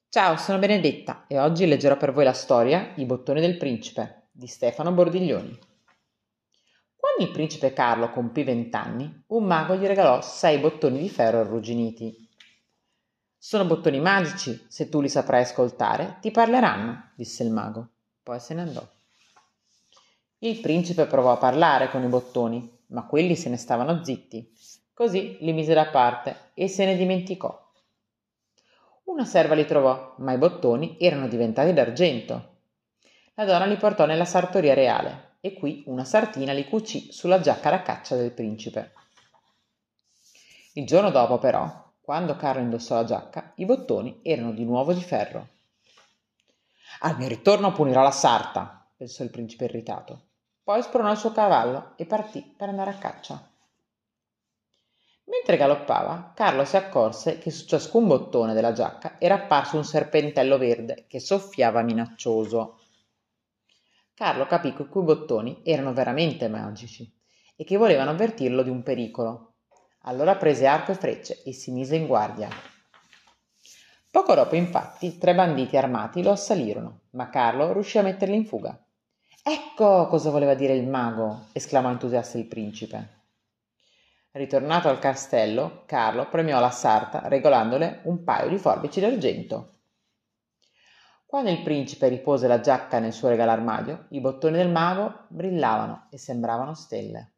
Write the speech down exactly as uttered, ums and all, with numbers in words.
Ciao, sono Benedetta e oggi leggerò per voi la storia I bottoni del principe di Stefano Bordiglioni. Quando il principe Carlo compì vent'anni, un mago gli regalò sei bottoni di ferro arrugginiti. Sono bottoni magici, se tu li saprai ascoltare, ti parleranno, disse il mago. Poi se ne andò. Il principe provò a parlare con i bottoni, ma quelli se ne stavano zitti. Così li mise da parte e se ne dimenticò. Una serva li trovò, ma i bottoni erano diventati d'argento. La donna li portò nella sartoria reale e qui una sartina li cucì sulla giacca da caccia del principe. Il giorno dopo, però, quando Carlo indossò la giacca, i bottoni erano di nuovo di ferro. Al mio ritorno punirò la sarta, pensò il principe irritato. Poi spronò il suo cavallo e partì per andare a caccia. Mentre galoppava, Carlo si accorse che su ciascun bottone della giacca era apparso un serpentello verde che soffiava minaccioso. Carlo capì che quei bottoni erano veramente magici e che volevano avvertirlo di un pericolo. Allora prese arco e frecce e si mise in guardia. Poco dopo, infatti, tre banditi armati lo assalirono, ma Carlo riuscì a metterli in fuga. Ecco cosa voleva dire il mago, esclamò entusiasta il principe. Ritornato al castello, Carlo premiò la sarta regolandole un paio di forbici d'argento. Quando il principe ripose la giacca nel suo regalarmadio, i bottoni del mago brillavano e sembravano stelle.